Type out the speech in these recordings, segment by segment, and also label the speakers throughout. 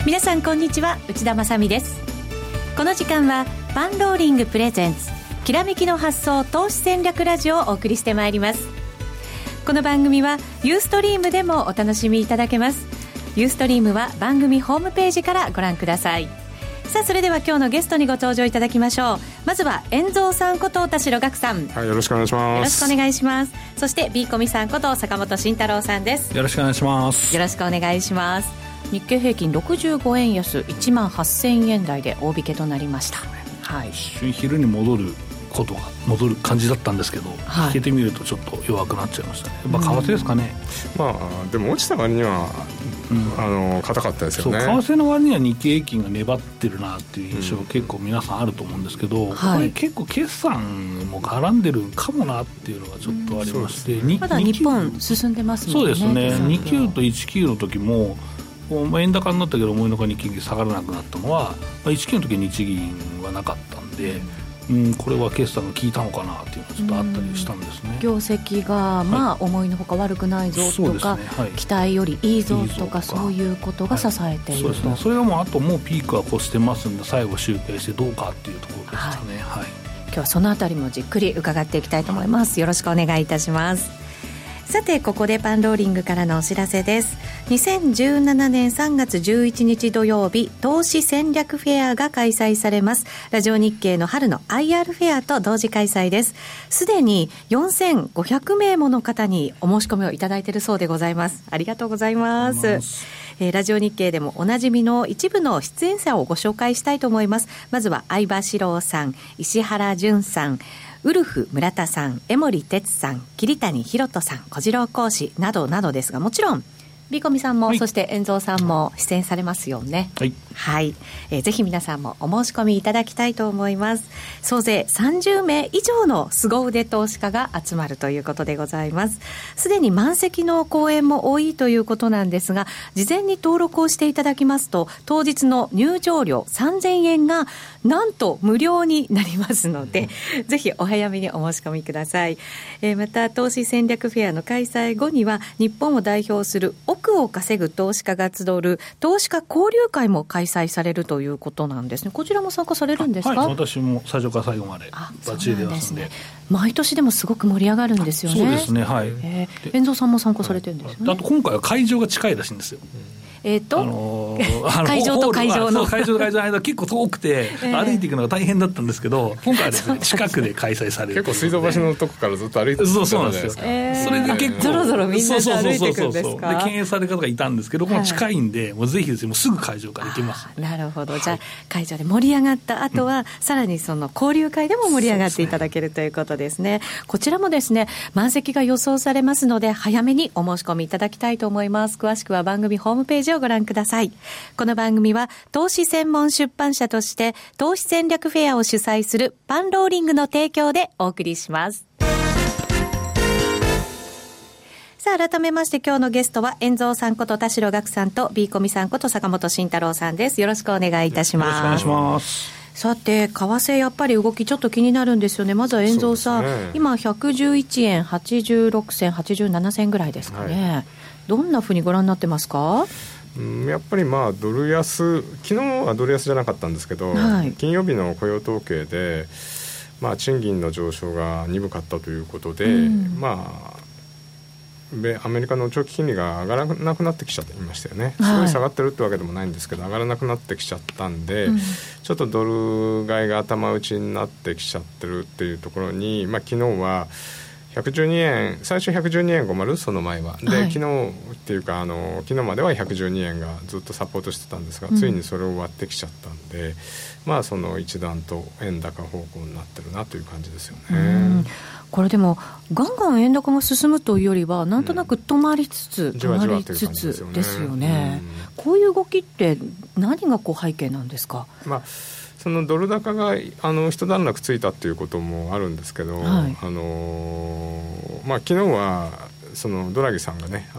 Speaker 1: 皆さんこんにちは、内田まさみです。この時間はパンローリングプレゼンツきらめきの発想投資戦略ラジオをお送りしてまいります。この番組はユーストリームでもお楽しみいただけます。ユーストリームは番組ホームページからご覧ください。さあ、それでは今日のゲストにご登場いただきましょう。まずは遠蔵さんこと田代岳さん、
Speaker 2: はい、よろしくお願いします。
Speaker 1: よろしくお願いします。そして B コミさんこと坂本慎太郎さんです。
Speaker 3: よろしくお願いします。
Speaker 1: よろしくお願いします。日経平均65円安 18,000 円台で大引けとなりました。はい、
Speaker 3: 一瞬昼に戻る感じだったんですけど、はい、引けてみるとちょっと弱くなっちゃいましたね。やっぱ為替ですかね。
Speaker 2: まあでも落ちた割には、硬かったですよね。
Speaker 3: そう、為替の割には日経平均が粘ってるなっていう印象が結構皆さんあると思うんですけど、これ結構決算も絡んでるかもなっていうのがちょっとありまして、
Speaker 1: まだ日本進んでますもんね。
Speaker 3: そうですね。29と19の時も円高になったけど思いのほか日経平均下がらなくなったのは、19の時に日銀はなかったんで、これは決算が効いたのかなっていうのがちょっとあったりしたんですね。
Speaker 1: 業績が思いのほか悪くないぞとか、期待よりいいぞとか、そういうことが支えていると。
Speaker 3: そうですね。それがもうあともうピークは越してますんで、最後集計してどうかっていうところでしたね。はい。
Speaker 1: 今日はそのあたりもじっくり伺っていきたいと思います。よろしくお願いいたします。さて、ここでパンローリングからのお知らせです。2017年3月11日土曜日、投資戦略フェアが開催されます。ラジオ日経の春の IR フェアと同時開催です。すでに4500名もの方にお申し込みをいただいているそうでございます。ありがとうございます。ラジオ日経でもおなじみの一部の出演者をご紹介したいと思います。まずは相葉史郎さん、石原淳さん、ウルフ村田さん、江森哲さん、桐谷博人さん、小次郎講師などなどですが、もちろんビコミさんも、そして遠蔵さんも出演されますよね。はい、はい。ぜひ皆さんもお申し込みいただきたいと思います。総勢30名以上の凄腕投資家が集まるということでございます。すでに満席の講演も多いということなんですが、事前に登録をしていただきますと、当日の入場料3000円がなんと無料になりますので、ぜひお早めにお申し込みください。また、投資戦略フェアの開催後には、日本を代表する億を稼ぐ投資家が集る投資家交流会も開催されるということなんですね。こちらも参加されるんですか？
Speaker 3: はい、私も最初から最後までバッチリ出ますので。
Speaker 1: 毎年でもすごく盛り上がるんですよね。
Speaker 3: そうですね。はい。
Speaker 1: 遠蔵さんも参加されてるんですよね。
Speaker 3: あと今回は会場が近いらしいんですよ。
Speaker 1: 会場と会場の
Speaker 3: 会場と会場の間結構遠くて、歩いていくのが大変だったんですけど、今回はですね、近くで開催される。
Speaker 2: 結構水道橋のとこからずっと歩いてる。
Speaker 3: そうなんですよ。それで結構
Speaker 1: ぞろぞろみんなで歩いていくんですか？
Speaker 3: で敬遠される方がいたんですけど、もう近いんで、もうぜひですね、もうすぐ会場から行けます。
Speaker 1: なるほど。じゃあ会場で盛り上がった後は、さらにその交流会でも盛り上がっていただけるということですね。こちらもですね、満席が予想されますので、早めにお申し込みいただきたいと思います。詳しくは番組ホームページをご覧ください。この番組は投資専門出版社として投資戦略フェアを主催するパンローリングの提供でお送りします。さあ、改めまして今日のゲストは遠蔵さんこと田代岳さんと B コミさんこと坂本慎太郎さんです。よろしくお願いいたします。
Speaker 3: よろしくお願いします。
Speaker 1: さて、為替やっぱり動きちょっと気になるんですよね。まずは遠蔵さん、今111円86銭87銭ぐらいですかね。はい、どんなふうにご覧になってますか？
Speaker 2: やっぱりドル安、昨日はドル安じゃなかったんですけど、金曜日の雇用統計で、賃金の上昇が鈍かったということで、アメリカの長期金利が上がらなくなってきちゃっていましたよね。すごい下がってるってわけでもないんですけど、上がらなくなってきちゃったんで、ちょっとドル買いが頭打ちになってきちゃってるっていうところに、昨日は112円、最初112円50、その前はで、昨日っていうか昨日までは112円がずっとサポートしてたんですが、ついにそれを割ってきちゃったんで、その一段と円高方向になってるなという感じですよね。
Speaker 1: これでもガンガン円高が進むというよりは、なんとなく止まりつつですよね。こういう動きって何が背景なんですか？
Speaker 2: そのドル高が一段落ついたっていうこともあるんですけど、昨日はそのドラギさんがね、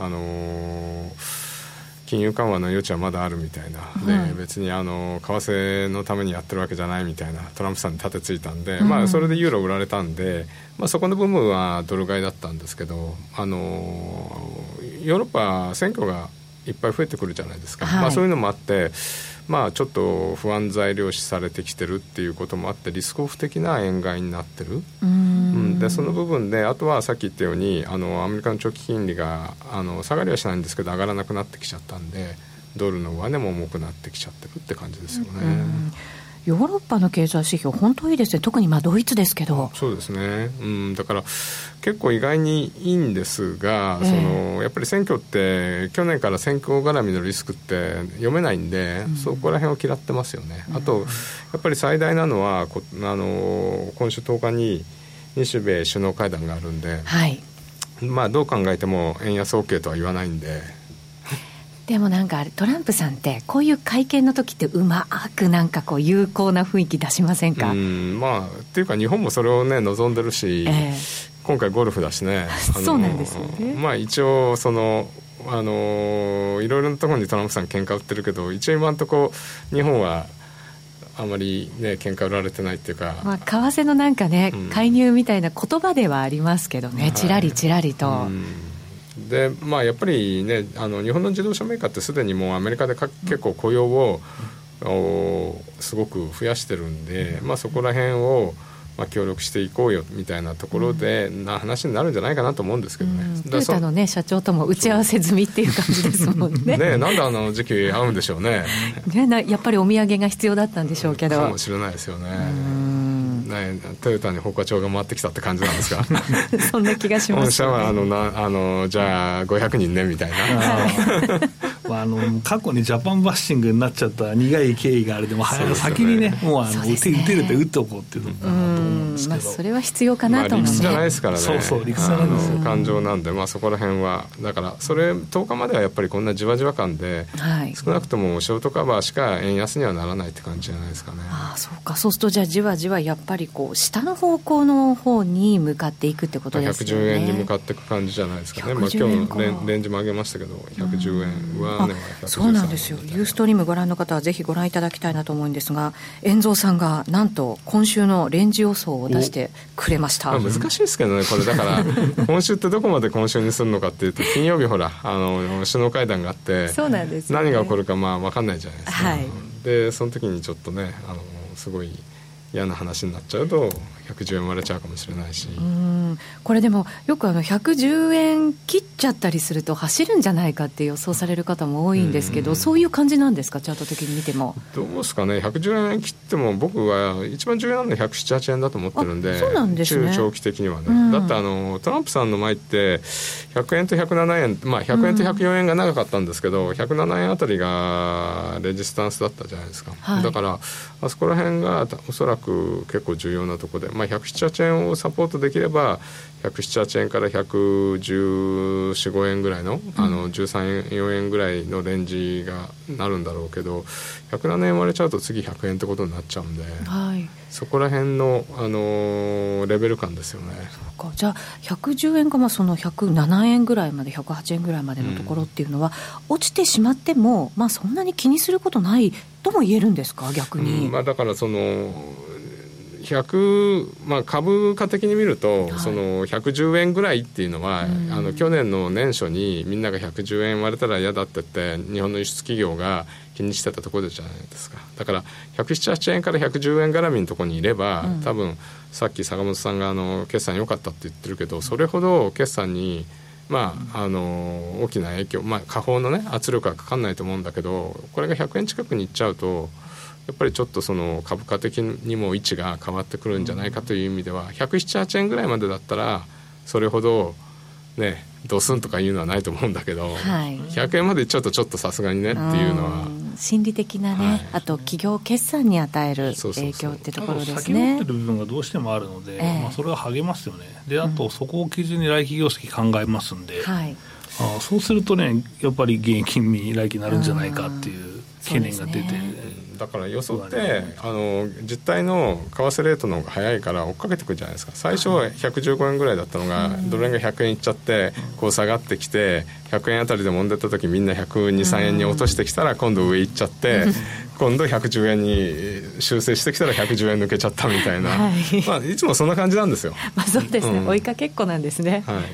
Speaker 2: 金融緩和の余地はまだあるみたいな、で別に為替のためにやってるわけじゃないみたいなトランプさんに立てついたんで、それでユーロ売られたんで、そこの部分はドル買いだったんですけど、ヨーロッパ選挙がいっぱい増えてくるじゃないですか、はい、そういうのもあって、ちょっと不安材料視されてきてるっていうこともあってリスクオフ的な円買いになってる。でその部分であとはさっき言ったようにアメリカの長期金利が下がりはしないんですけど上がらなくなってきちゃったんでドルの上値も重くなってきちゃってるって感じですよね。
Speaker 1: ヨーロッパの経済指標本当いいですね。特にドイツですけど。
Speaker 2: そうですね、だから結構意外にいいんですが、やっぱり選挙って去年から選挙絡みのリスクって読めないんで、そこら辺を嫌ってますよね。あとやっぱり最大なのは今週10日に日米首脳会談があるんで、はい、どう考えても円安 OK とは言わないんで。
Speaker 1: でもトランプさんってこういう会見の時ってうまく有効な雰囲気出しませんか。
Speaker 2: っていうか日本もそれをね望んでるし、今回ゴルフだしね
Speaker 1: そうなんですよね。
Speaker 2: 一応いろいろなところにトランプさん喧嘩売ってるけど一応今のところ日本はあまりね喧嘩売られてないっていうか、
Speaker 1: 為替の介入みたいな言葉ではありますけどね、ちらりちらりと、
Speaker 2: でやっぱりね日本の自動車メーカーってすでにもうアメリカで結構雇用をすごく増やしてるんで、そこら辺を協力していこうよみたいなところで話になるんじゃないかなと思うんですけどね。
Speaker 1: トヨタのね社長とも打ち合わせ済みっていう感じですもんね。
Speaker 2: なんで時期合うんでしょうね。
Speaker 1: やっぱりお土産が必要だったんでしょうけど。
Speaker 2: かもしれないですよね。トヨタに放火帳が回ってきたって感じなんですか。
Speaker 1: そんな気がします、ね、
Speaker 2: 本社はじゃあ500人ねみたいな。
Speaker 3: 過去にジャパンバッシングになっちゃった苦い経緯があれでも先にねもう打てるって打っておこうっていうのかなと思うんですけど、
Speaker 1: それは必要かなと思う、
Speaker 2: 理屈じゃないですからね。
Speaker 3: そう理屈じゃないんですよ。
Speaker 2: 感情なんで、そこら辺はだからそれ10日まではやっぱりこんなじわじわ感で、少なくともショートカバーしか円安にはならないって感じじゃないですかね。
Speaker 1: そうか。そうするとじゃあじわじわやっぱり下の方向の方に向かっていくってことですよね。
Speaker 2: 110円に向かっていく感じじゃないですかね。今日のレンジも上げましたけど110円はね、
Speaker 1: そうなんですよ。ユーストリームご覧の方はぜひご覧いただきたいなと思うんですが、遠蔵さんがなんと今週のレンジ予想を出してくれました。
Speaker 2: 難しいですけどねこれだから今週ってどこまで今週にするのかっていうと金曜日首脳会談があって
Speaker 1: そうなんです、
Speaker 2: 何が起こるか分かんないじゃないですか、でその時にちょっとねすごい嫌な話になっちゃうと110円割れちゃうかもしれないし、
Speaker 1: これでもよく110円切っちゃったりすると走るんじゃないかって予想される方も多いんですけど、そういう感じなんですか。チャート的に見ても
Speaker 2: どうですかね。110円切っても僕は一番重要なのは107、8円だと思ってるんで。
Speaker 1: そうなんですね。
Speaker 2: 中長期的にはね、だってトランプさんの前って100円と107円、100円と104円が長かったんですけど、107円あたりがレジスタンスだったじゃないですか、だからあそこら辺がおそらく結構重要なところで、107、8円をサポートできれば107、8円から114、15円ぐらいの、13、4円ぐらいのレンジがなるんだろうけど、107円割れちゃうと次100円ってことになっちゃうんで、そこら辺の、レベル感ですよね。
Speaker 1: そうか。じゃあ110円がその107円ぐらいまで108円ぐらいまでのところっていうのは、落ちてしまっても、そんなに気にすることないとも言えるんですか逆に。
Speaker 2: だから株価的に見ると、その110円ぐらいっていうのは、去年の年初にみんなが110円割れたら嫌だって言って日本の輸出企業が気にしてたところじゃないですか。だから107、8円から110円絡みのところにいれば、多分さっき坂本さんが決算良かったって言ってるけど、それほど決算に大きな影響、下方のね圧力はかかんないと思うんだけど、これが100円近くにいっちゃうとやっぱりちょっとその株価的にも位置が変わってくるんじゃないかという意味では、107、8円ぐらいまでだったらそれほどねドスンとかいうのはないと思うんだけど、100円までいっちゃうとちょっとさすがにねっていうのは
Speaker 1: 心理的なね、あと企業決算に与える影響ってところですね。
Speaker 3: 先に持ってる部分がどうしてもあるので、それは励ますよね。であとそこを基準に来期業績考えますんで、そうするとねやっぱり現役金利来期になるんじゃないかっていう懸念が出て、
Speaker 2: だから予想って実態の為替レートの方が早いから追っかけてくるじゃないですか。最初は115円ぐらいだったのが、ドル円が100円いっちゃってこう下がってきて 100円あたりで揉んでた時みんな120、3円に落としてきたら今度上行っちゃって今度110円に修正してきたら110円抜けちゃったみたいな、はいいつもそんな感じなんですよ。
Speaker 1: そうですね、追いかけっこなんですね、はい、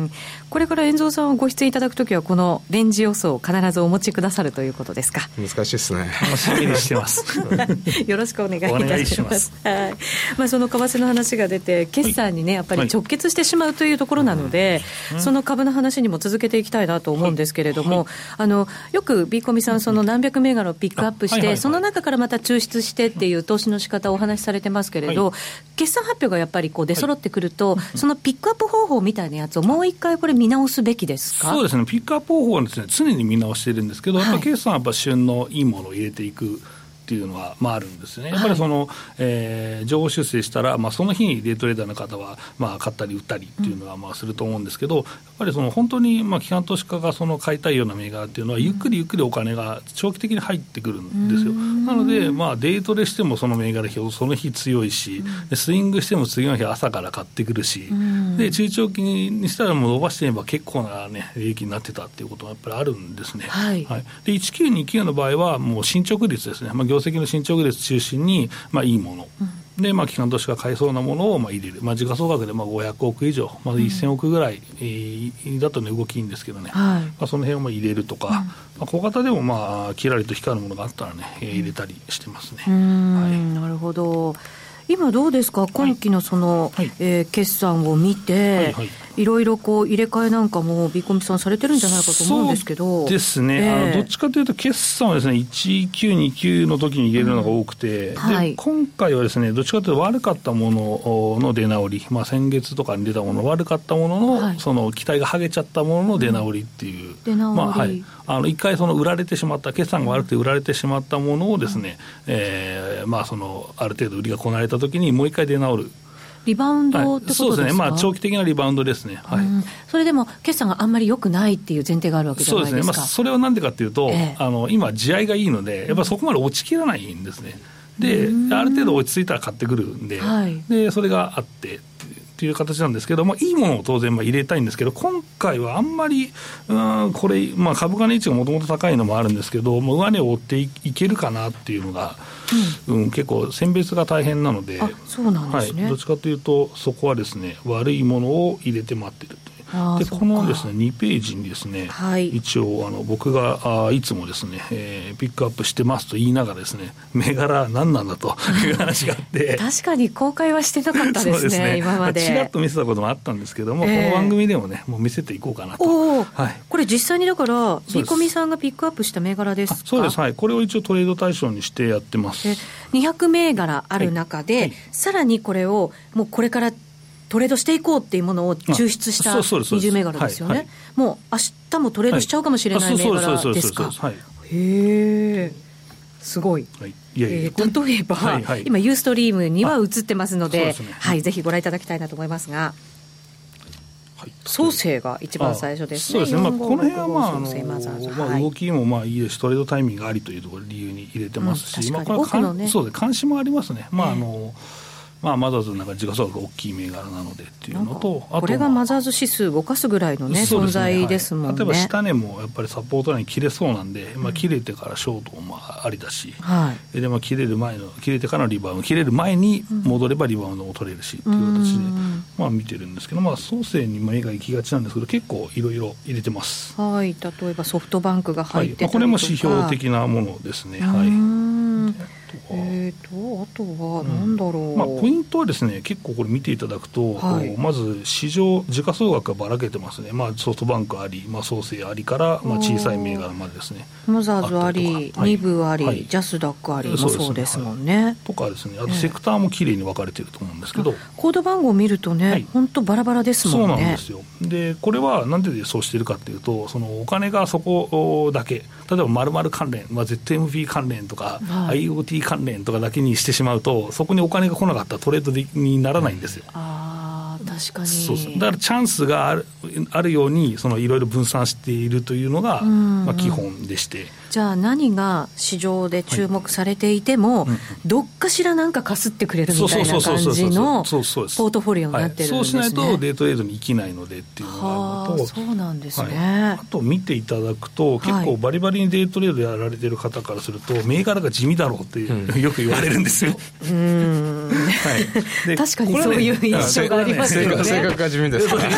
Speaker 1: これから遠蔵さんをご出演いただくときはこのレンジ予想を必ずお持ちくださるということですか。
Speaker 2: 難しいですね。
Speaker 3: 楽しみにしてます
Speaker 1: よろしくお願いいたします。はいその為替の話が出て決算にねやっぱり直結してしまうというところなので、その株の話にも続けていきたいなと思うんですけれども、よくビーコミさんその何百銘柄をピックアップして、その中からまた抽出してっていう投資の仕方をお話しされてますけれど、決算発表がやっぱりこう出揃ってくると、そのピックアップ方法みたいなやつをもう一回これ見直すべきですか。
Speaker 3: そうですね、ピックアップ方法はですね常に見直しているんですけど、やっぱ決算はやっぱ旬のいいものを入れていくっていうのは、あるんですね。やっぱりその、情報修正したら、その日にデイトレーダーの方は、買ったり売ったりっていうのはすると思うんですけど、やっぱりその本当に機関投資家がその買いたいような銘柄っていうのはゆっくりゆっくりお金が長期的に入ってくるんですよ。なので、デイトレしてもその銘柄表その日強いし、スイングしても次の日朝から買ってくるし、で中長期にしたらもう伸ばしてみれば結構な、利益になってたっていうことがやっぱりあるんですね。で1929の場合はもう進捗率ですね、業績の進捗率中心に、いいもの、で機関投資家が買いそうなものを入れる、時価総額で500億以上、1000億ぐらい、だと、動きいいんですけどね、その辺を入れるとか、小型でもキラリと光るものがあったら入れたりしてますね。
Speaker 1: なるほど。今どうですか、今期のその、決算を見て、いろいろこう入れ替えなんかもビーコミさんされてるんじゃないかと思うんですけど。
Speaker 3: そうですね、どっちかというと決算はですね1929の時に入れるのが多くて、で今回はですねどっちかというと悪かったものの出直り、先月とかに出たもの、悪かったものの、その期待が剥げちゃったものの出直りっていう、一回その売られてしまった、決算が悪くて売られてしまったものをですね、そのある程度売りがこなれた時にもう一回出直る
Speaker 1: リバウンドってことですか。
Speaker 3: そうですね、長期的なリバウンドですね。
Speaker 1: それでも決算があんまり良くないっていう前提があるわけじゃないですか。
Speaker 3: そうですね、それはなんでかっていうと、今地合いがいいのでやっぱりそこまで落ちきらないんですね。である程度落ち着いたら買ってくるんで、でそれがあってっていう形なんですけど、いいものを当然入れたいんですけど、今回はあんまりこれ、株価の位置がもともと高いのもあるんですけど、上値を追っていけるかなっていうのが、結構選別が大変なので、
Speaker 1: そうなんですね。
Speaker 3: どっちかというとそこはですね悪いものを入れて待ってるという。でこのですね2ページにですね、一応僕がいつもですね、ピックアップしてますと言いながらですね、銘柄何なんだという話があって
Speaker 1: 確かに公開はしてなかったです ね今まで
Speaker 3: ちらっと見せたこともあったんですけども、この番組でもねもう見せていこうかなと。
Speaker 1: これ実際にだからビーコミさんがピックアップした銘柄ですか。
Speaker 3: そうです、これを一応トレード対象にしてやってます。
Speaker 1: 200銘柄ある中で、さらにこれをもうこれからトレードしていこうっていうものを抽出した20銘柄ですよね。もう明日もトレードしちゃうかもしれない銘柄ですか。へー、すごい。例えば、今ユーストリームには映ってますので、ぜひご覧いただきたいなと思いますが、創生が一番最初ですね。
Speaker 3: そうですね、この辺は動きもいいですし、トレードタイミングがありというところ理由に入れてますし、これは関心もありますね。マザーズなんか時価総額大きい銘柄なのでっていうのと、
Speaker 1: これがマザーズ指数動かすぐらいの、存在ですもんね。
Speaker 3: 例えば下値もやっぱりサポートライン切れそうなんで、切れてからショートもありだし、で切れてからのリバウンド、切れる前に戻ればリバウンドも取れるしっていう形で、見てるんですけど、創生に目が行きがちなんですけど、結構いろいろ入れてます。
Speaker 1: 例えばソフトバンクが入ってたりとか、
Speaker 3: これも指標的なものですね。
Speaker 1: あとは何だろう。
Speaker 3: ポイントはですね、結構これ見ていただくと、まず市場時価総額がばらけてますね。ソフトバンクあり、創生ありから、小さい銘柄までですね、
Speaker 1: マザーズあり、ニブあり、ジャスダックありもそうですもんね。
Speaker 3: とかですね、あとセクターもきれいに分かれてると思うんですけど、
Speaker 1: コード番号を見るとね、本当バラバラですもんね。
Speaker 3: そうなんですよ。でこれはなんでそうしてるかっていうと、そのお金がそこだけ、例えば〇〇関連、ZMP 関連とか、IoT 関連とかだけにしてしまうと、そこにお金が来なかったらトレードにならないんですよ。
Speaker 1: 確かに。
Speaker 3: そうそう、だからチャンスがあるようにいろいろ分散しているというのが、基本でして、
Speaker 1: じゃあ何が市場で注目されていても、どっかしらなんかかすってくれるみたいな感じのポートフォリオになってるんですね。
Speaker 3: そうしないとデイトレードに生きないのでっていうのがあるのと、
Speaker 1: そうなんですね、
Speaker 3: あと見ていただくと、結構バリバリにデイトレードやられてる方からすると、銘柄が地味だろうってよく言われるんですよ。
Speaker 1: 確かにそういう印象がありますよね。
Speaker 2: 性格が地味ですから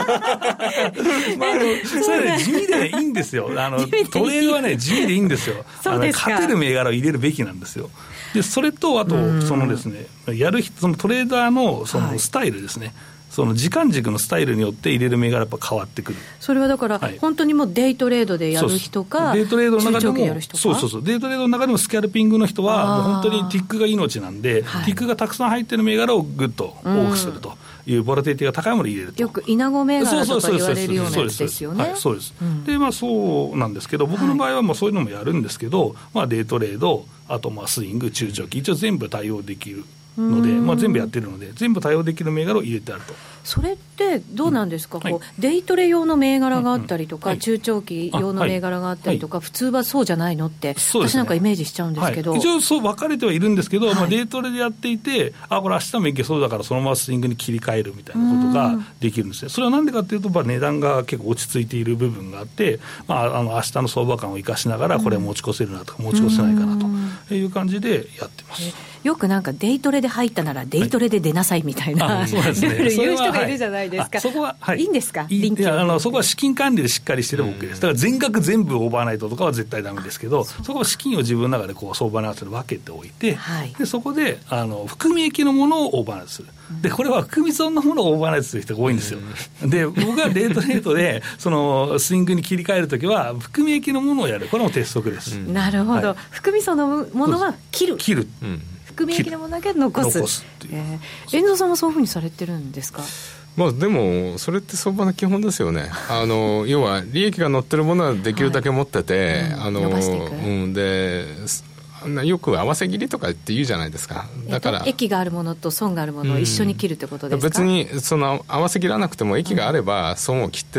Speaker 3: それね、地味でいいんですよ。トレードはね、地味でいいんですよ。勝てる銘柄を入れるべきなんですよ。でそれと、あとですね、やるそのトレーダーのスタイルですね、その時間軸のスタイルによって入れる銘柄やっぱ変わってくる。
Speaker 1: それはだから、本当にもうデイトレードでやる人か、
Speaker 3: デイトレードの中でも
Speaker 1: 中長期やる人か、
Speaker 3: そうデイトレードの中でもスキャルピングの人はもう本当にティックが命なんで、ティックがたくさん入ってる銘柄をグッと多くするというボラティリティが高いものを入れると。
Speaker 1: よくイナゴ銘柄とか言われるようなやつですよね。
Speaker 3: そうです。でそうなんですけど、僕の場合はもうそういうのもやるんですけど、デイトレード、あとスイング、中長期、一応全部対応できるので、全部やってるので全部対応できる銘柄を入れてあると。
Speaker 1: それってどうなんですか、デイトレ用の銘柄があったりとか、中長期用の銘柄があったりとか、普通はそうじゃないのって、私なんかイメージしちゃうんですけど、
Speaker 3: 一応そう分かれてはいるんですけど、デイトレでやっていて、これ明日もいけそうだからそのままスイングに切り替えるみたいなことができるんですね。それはなんでかというと、値段が結構落ち着いている部分があって、明日の相場感を生かしながらこれ持ち越せるなとか持ち越せないかなという感じでやってます。
Speaker 1: よくなんかデイトレで入ったならデイトレで出なさいみたいな、ルール言う人がいるじゃないですか。
Speaker 3: そこは、
Speaker 1: いいんですか。
Speaker 3: そこは資金管理でしっかりしてれば OK です。だから全額全部オーバーナイトとかは絶対ダメですけど、そこは資金を自分の中で相場に合わせて分けておいて、でそこで含み益のものをオーバーナイトする。でこれは含み損のものをオーバーナイトする人が多いんですよ。で僕がデイトレードでスイングに切り替えるときは含み益のものをやる。これも鉄則です。
Speaker 1: なるほど、含み損のものは切る。含み益のものだけ残すっていう。遠藤さんもそういうふうにされてるんですか。
Speaker 2: でもそれって相場の基本ですよね。要は利益が乗ってるものはできるだけ持ってて、
Speaker 1: 伸ばしていく。
Speaker 2: でよく合わせ切りとかって言うじゃないですか。だから
Speaker 1: 益があるものと損があるものを一緒に切るってことですか。
Speaker 2: 別に合わせ切らなくても益があれば損を切ってって、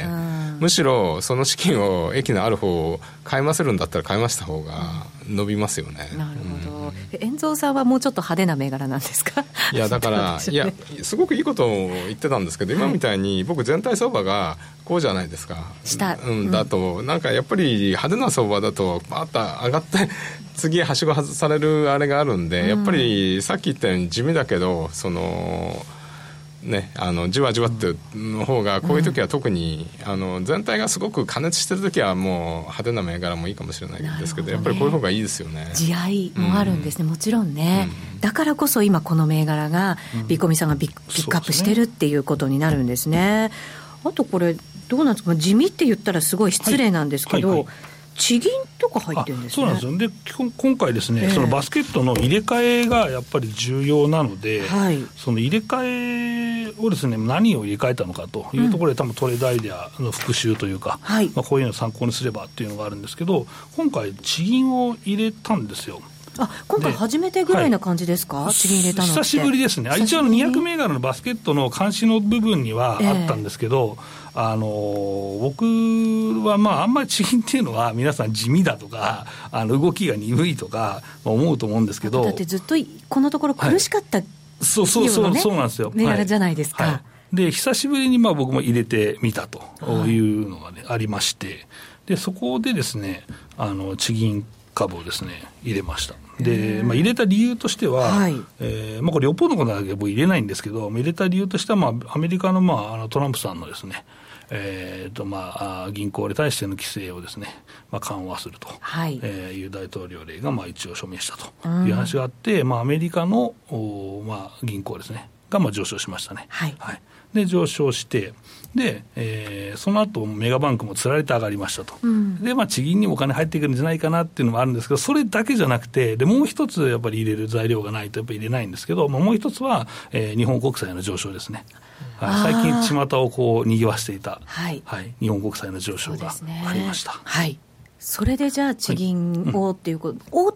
Speaker 2: むしろその資金を益のある方を買い増せるんだったら買い増した方が伸びますよね。
Speaker 1: なるほど。遠藤さんはもうちょっと派手な銘柄なんですか。
Speaker 2: いやだからいやすごくいいことを言ってたんですけど、今みたいに僕全体相場がこうじゃないですか。だとなんかやっぱり派手な相場だとバーッと上がって次はしご外されるあれがあるんで、やっぱりさっき言ったように地味だけどじわじわっての方がこういう時は特に、全体がすごく過熱してる時はもう派手な銘柄もいいかもしれないんですけど、やっぱりこういう方がいいですよね。
Speaker 1: 地合いもあるんですね、もちろんね、だからこそ今この銘柄がビコミさんがピックアップしてるっていうことになるんですね。あとこれどうなんですか、地味って言ったらすごい失礼なんですけど、地銀とか入ってるんですね。
Speaker 3: そうなんですよ。で今回ですね、そのバスケットの入れ替えがやっぱり重要なので、その入れ替えをですね、何を入れ替えたのかというところで、多分トレードアイデアの復習というか、こういうのを参考にすればっていうのがあるんですけど、今回地銀を入れたんですよ。
Speaker 1: 今回初めてぐらいな感じですか、地銀入れたのって。
Speaker 3: 久しぶりですね。一応200銘柄のバスケットの監視の部分にはあったんですけど、僕はあんまり地銀っていうのは皆さん地味だとか動きが鈍いとか思うと思うんですけど、
Speaker 1: だってずっとこのところ苦しかった、
Speaker 3: そうなんですよ。
Speaker 1: 銘柄じゃないですか。
Speaker 3: で久しぶりに僕も入れてみたというのが、ありまして、でそこでですね地銀株をですね入れました。で入れた理由としては、これよっぽどのことだけ僕入れないんですけど、入れた理由としては、アメリカの、トランプさんのですね、銀行に対しての規制をですね、緩和するという大統領令が一応署名したという話があって、アメリカの、銀行ですねが上昇しましたね。で上昇して、でその後メガバンクもつられて上がりましたと、で地銀にもお金入ってくるんじゃないかなっていうのもあるんですけど、それだけじゃなくて、でもう一つやっぱり入れる材料がないとやっぱり入れないんですけど、もう一つは、日本国債の上昇ですね。最近巷を賑わしていた、日本国債の上昇がありました。
Speaker 1: それでじゃあ地銀をっていうこと、大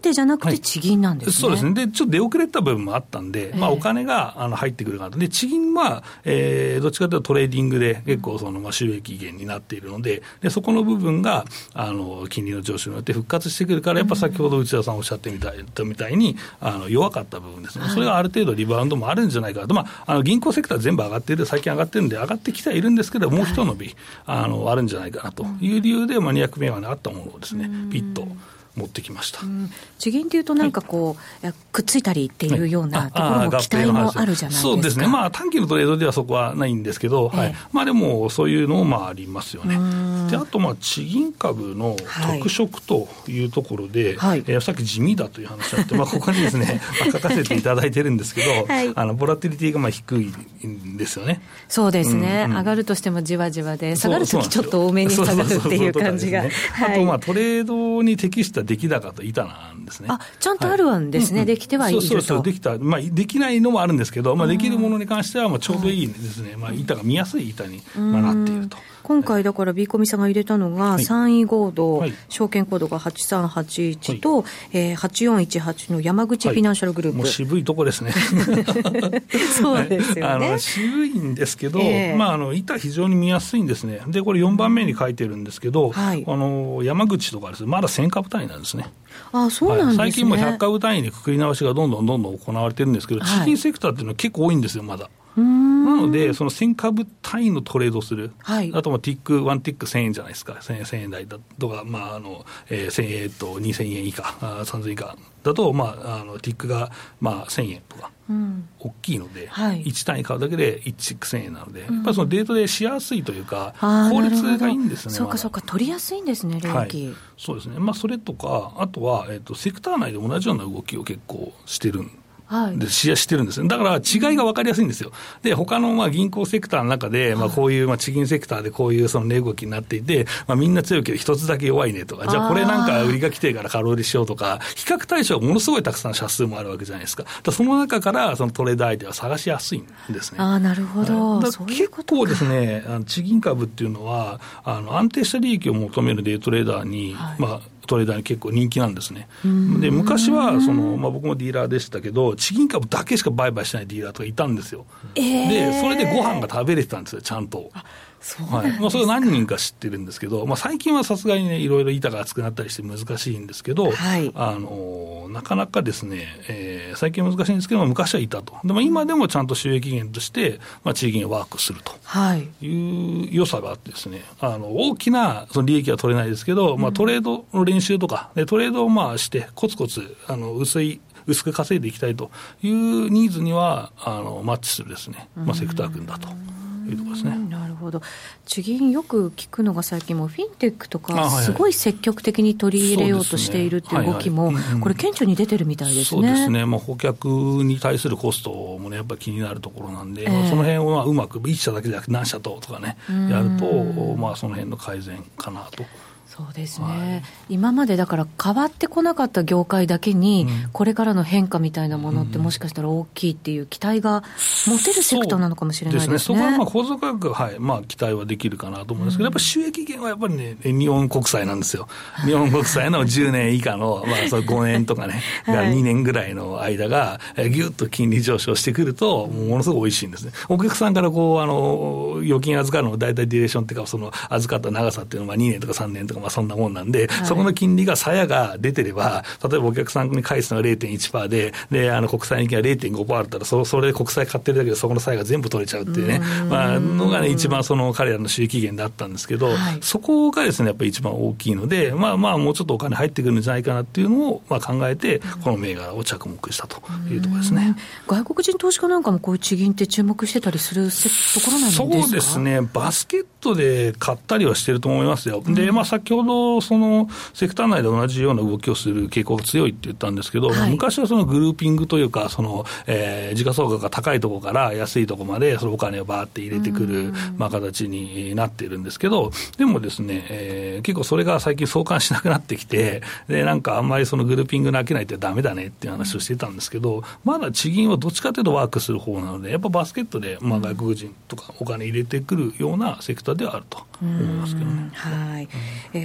Speaker 1: 手じゃなくて地銀なんですね。
Speaker 3: そうですね。で、ちょっと出遅れた部分もあったんで、お金が入ってくるかなと。で、地銀は、どっちかというとトレーディングで結構収益源になっているので、そこの部分が金利の上昇によって復活してくるから、やっぱ先ほど内田さんおっしゃってみたいに弱かった部分ですね、それがある程度リバウンドもあるんじゃないかと、銀行セクター全部上がっている、最近上がってるんで上がってきてはいるんですけど、もう一伸びあるんじゃないかなという理由で、200銘柄にあったものをですね、ピッと持ってきました。
Speaker 1: 地銀というとなんかこう、くっついたりっていうようなところも期待もあるじゃないですか。
Speaker 3: そうですね、短期のトレードではそこはないんですけど、でもそういうのもありますよね。であと地銀株の特色というところで、さっき地味だという話があって、ここにですね書かせていただいてるんですけど、ボラティリティが低いんですよね。
Speaker 1: そうですね、上がるとしてもじわじわで、下がるときちょっと多めに下がるっていう感じが。
Speaker 3: あとトレードに適した出来高と板なんですね。
Speaker 1: ちゃんとあるんですね、できてはいると。
Speaker 3: そうできた、できないのもあるんですけど、できるものに関してはちょうどいいですね、板が見やすい板になっていると。
Speaker 1: 今回だから B コミさんが入れたのが3位合同、証券コードが8381と、8418の山口フィナンシャルグループ、
Speaker 3: もう渋いとこですね。
Speaker 1: そうですよね。
Speaker 3: 渋いんですけど、板非常に見やすいんですね。でこれ4番目に書いてるんですけど、山口とかですね、まだ1000株単位なんですね。
Speaker 1: そうなんですね。
Speaker 3: 最近も100株単位でくくり直しがどんどん行われてるんですけど、地銀セクターっていうのは結構多いんですよ、まだ。なので、その1000株単位のトレードする、あと1ティック1000円じゃないですか、1000円台だとか、1000円と2000円以下、3000円以下だと、ティックが1000円とか、大きいので、1単位買うだけで1ティック1000円なので、やっぱりそのデートでしやすいというか、効率がいいんですね。
Speaker 1: そうか、取りやすいんですね、利益。
Speaker 3: そうですね、それとか、あとは、セクター内で同じような動きを結構してるんですしてるんですね。だから違いが分かりやすいんですよ。で他の銀行セクターの中で、こういう地銀セクターでこういうその値動きになっていて、みんな強いけど一つだけ弱いねとか、じゃあこれなんか売りが来てから空売りしようとか、比較対象がものすごいたくさん社数もあるわけじゃないですか。その中からそのトレード相手は探しやすいんですね。
Speaker 1: なるほど。
Speaker 3: 結構ですね、地銀株っていうのは安定した利益を求めるデイトレーダーに、トレーダーに結構人気なんですね。で昔は僕もディーラーでしたけど、地銀株だけしか売買しないディーラーとかいたんですよ。でそれでご飯が食べれてたんですよ、ちゃんと。それを何人か知ってるんですけど、最近はさすがにねいろいろ板が厚くなったりして難しいんですけど、なかなかですね、最近難しいんですけど昔はいたと。でも今でもちゃんと収益源として、地銀ワークするという良さがあってですね、大きなその利益は取れないですけど、トレードの練習とかでトレードをしてコツコツ薄く稼いでいきたいというニーズにはマッチするですね、セクター群だというところですね。
Speaker 1: なるほど。地銀よく聞くのが最近もフィンテックとかすごい積極的に取り入れようとしているっていう動きもこれ顕著に出てるみたいですね。
Speaker 3: そうですね、顧客に対するコストもねやっぱり気になるところなんで、その辺をうまく1社だけじゃなくて何社とかねやると、その辺の改善かなと。
Speaker 1: そうですね、今までだから変わってこなかった業界だけに、これからの変化みたいなものってもしかしたら大きいっていう期待が持てるセクターなのかもしれないですね。
Speaker 3: そこは構造価格が、期待はできるかなと思うんですけど、やっぱり収益源はやっぱりね日本国債なんですよ。日本国債の10年以下の、その5年とかね2年ぐらいの間がぎゅっと金利上昇してくるとものすごい美味しいんですね。お客さんから預金預かるの大体デュレーションっていうかその預かった長さっていうのは2年とか3年とかそんなもんなんで、そこの金利が鞘が出てれば、例えばお客さんに返すのが 0.1% で国債の金が 0.5% あったらそれで国債買ってるだけでそこの鞘が全部取れちゃうっていうね、のがね一番彼らの収益源だったんですけど、そこがですねやっぱり一番大きいので、もうちょっとお金入ってくるんじゃないかなっていうのを考えてこの銘柄を着目したというところですね。
Speaker 1: 外国人投資家なんかもこういう地銀って注目してたりするところなんですか？
Speaker 3: そうですね、バスケットで買ったりはしてると思いますよ。で先ほどそのセクター内で同じような動きをする傾向が強いって言ったんですけど、昔はそのグルーピングというか時価総額が高いところから安いところまでそのお金をバーって入れてくる、形になっているんですけど、でもですね、結構それが最近相関しなくなってきて、でなんかあんまりそのグルーピングに飽きないってダメだねっていう話をしてたんですけど、まだ地銀はどっちかというとワークする方なので、やっぱバスケットで外国人とかお金入れてくるようなセクターではあると思いますけどね。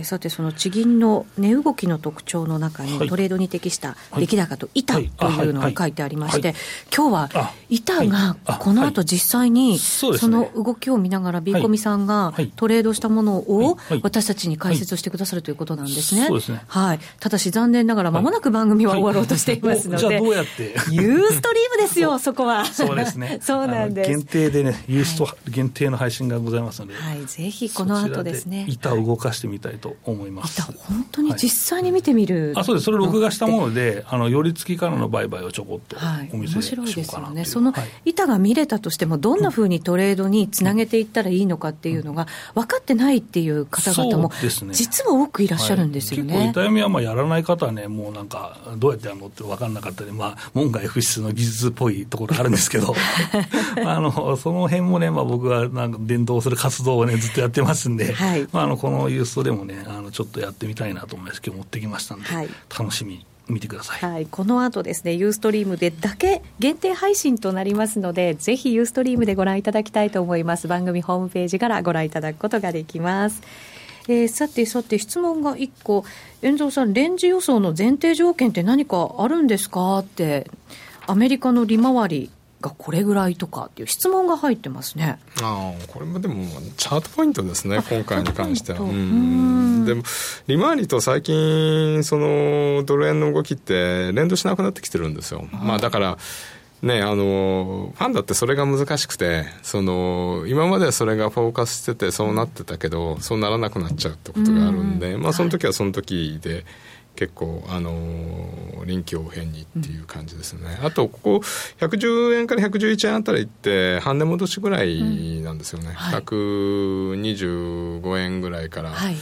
Speaker 1: さてその地銀の値動きの特徴の中に、トレードに適した出来高と板というのが書いてありまして、今日は板がこの後実際にその動きを見ながら B コミさんがトレードしたものを私たちに解説をしてくださるということなんですね。
Speaker 3: そうですね。
Speaker 1: はい。ただし残念ながら間もなく番組は終わろうとしていますので、
Speaker 3: じゃあどうやって
Speaker 1: ユーストリームですよそこは。
Speaker 3: そうですね。
Speaker 1: そうなんです。
Speaker 3: 限定でね、ユースト限定の配信がございますので、
Speaker 1: はい、ぜひこの後ですね、
Speaker 3: 板を動かしてみたいと思います。
Speaker 1: 板本当に実際に見てみる、
Speaker 3: そうです。それを録画したもので、寄り付きからの売買をちょこっとお見せしようかなという。
Speaker 1: 面白いですよね。その板が見れたとしてもどんなふうにトレードにつなげていったらいいのかっていうのが分かってないっていう方々も実は多くいらっしゃるんですよね。
Speaker 3: 結構板読みはやらない方はね、もうなんかどうやってやるのって分かんなかったり、門外不出の技術っぽいところがあるんですけどその辺もね、僕はなんか伝道する活動をねずっとやってますんで、はい、このユーストでもねちょっとやってみたいなと思います。今日持ってきましたんで、はい、楽しみに見てください。
Speaker 1: はい、この後ですね、ユーストリームでだけ限定配信となりますので、ぜひユーストリームでご覧いただきたいと思います。番組ホームページからご覧いただくことができます。さて質問が1個、遠藤さん、レンジ予想の前提条件って何かあるんですかって、アメリカの利回りがこれぐらいとかっていう質問が入ってますね。
Speaker 2: これもでもチャートポイントですね今回に関しては。でも利回りと最近そのドル円の動きって連動しなくなってきてるんですよ。だからね、ファンだってそれが難しくて、今まではそれがフォーカスしててそうなってたけど、そうならなくなっちゃうってことがあるんで、その時はその時で結構臨機応変にっていう感じですね。あとここ110円から111円あたりって半値戻しぐらいなんですよね。125円ぐらいから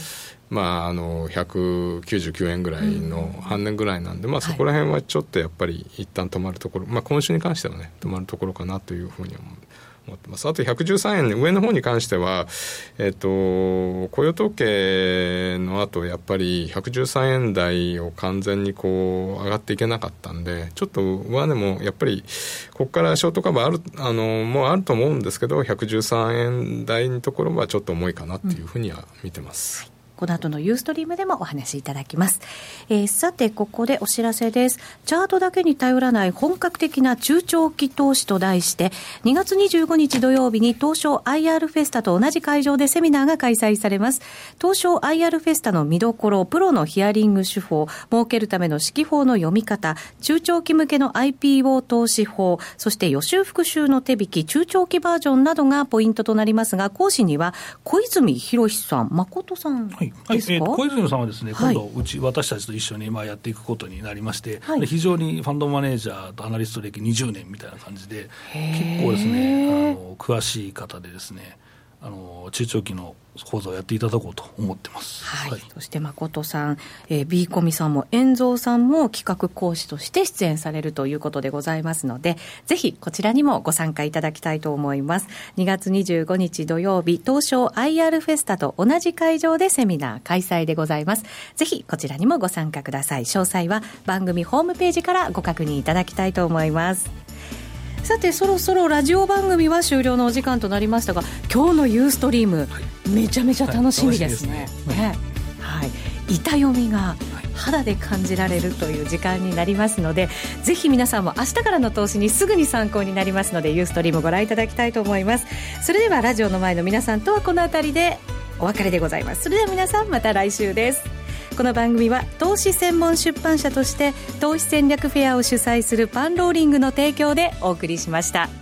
Speaker 2: 、199円ぐらいの半値ぐらいなんで、そこら辺はちょっとやっぱり一旦止まるところ、今週に関してはね止まるところかなというふうに思ってます。あと113円上の方に関しては、雇用統計の後やっぱり113円台を完全に上がっていけなかったんで、ちょっと上値もやっぱりここからショートカバーもうあると思うんですけど、113円台のところはちょっと重いかなっていうふうには見てます。
Speaker 1: この後のユーストリームでもお話しいただきます。さてここでお知らせです。チャートだけに頼らない本格的な中長期投資と題して2月25日土曜日に東証 IR フェスタと同じ会場でセミナーが開催されます。東証 IR フェスタの見どころ、プロのヒアリング手法、儲けるための指揮法の読み方、中長期向けの IPO 投資法、そして予習復習の手引き、中長期バージョンなどがポイントとなりますが、講師には小泉博さん、誠さん、小
Speaker 3: 泉さんはですね、今度私たちと一緒にやっていくことになりまして、非常にファンドマネージャーとアナリスト歴20年みたいな感じで結構ですね詳しい方でですね、中長期の講座をやっていただこうと思ってます。
Speaker 1: そして誠さん、B コミさんも遠蔵さんも企画講師として出演されるということでございますので、ぜひこちらにもご参加いただきたいと思います。2月25日土曜日、東証 IR フェスタと同じ会場でセミナー開催でございます。ぜひこちらにもご参加ください。詳細は番組ホームページからご確認いただきたいと思います。さてそろそろラジオ番組は終了のお時間となりましたが、今日のユーストリーム、めちゃめちゃ楽しみですね。板読みが肌で感じられるという時間になりますので、ぜひ皆さんも明日からの投資にすぐに参考になりますので、ユーストリームご覧いただきたいと思います。それではラジオの前の皆さんとはこのあたりでお別れでございます。それでは皆さんまた来週です。この番組は投資専門出版社として投資戦略フェアを主催するパンローリングの提供でお送りしました。